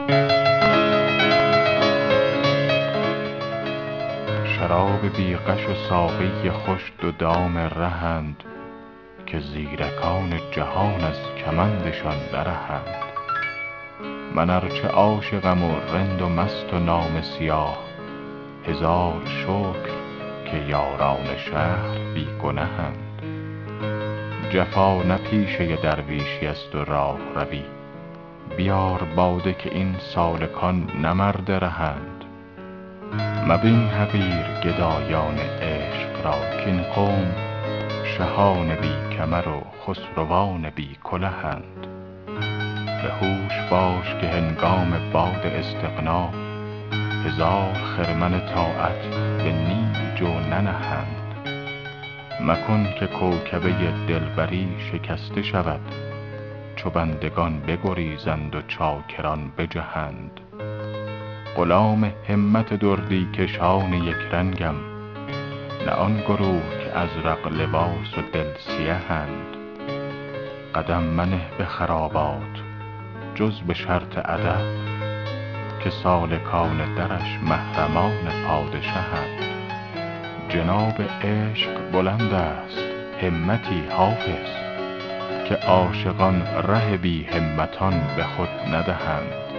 شراب بی غش و ساقی خوش دو دام رهند، که زیرکان جهان از کمندشان نرهند. من ارچه عاشقم و رند و مست و نامه سیاه، هزار شکر که یاران شهر بی گنهند. جفا نه پیشه درویشی است و راه روی، بیار باده که این سالکان نه مرد رهند. مبین حقیر گدایان عشق را کاین قوم، شهان بی کمر و خسروان بی کلهند. به هوش باش که هنگام باد استغنا، هزار خرمن طاعت به نیج و ننهند. مکن که کوکبه دلبری شکسته شود، چو بندگان بگریزند و چاکران بجهند. غلام همت دردی کشان یک رنگم، نه آن گروه که ازرق لباس و دل سیهند. قدم منه به خرابات جز به شرط ادب، که سالکان درش محرمان پادشهند. جناب عشق بلند است همتی حافظ، که عاشقان ره بی همتان به خود ندهند.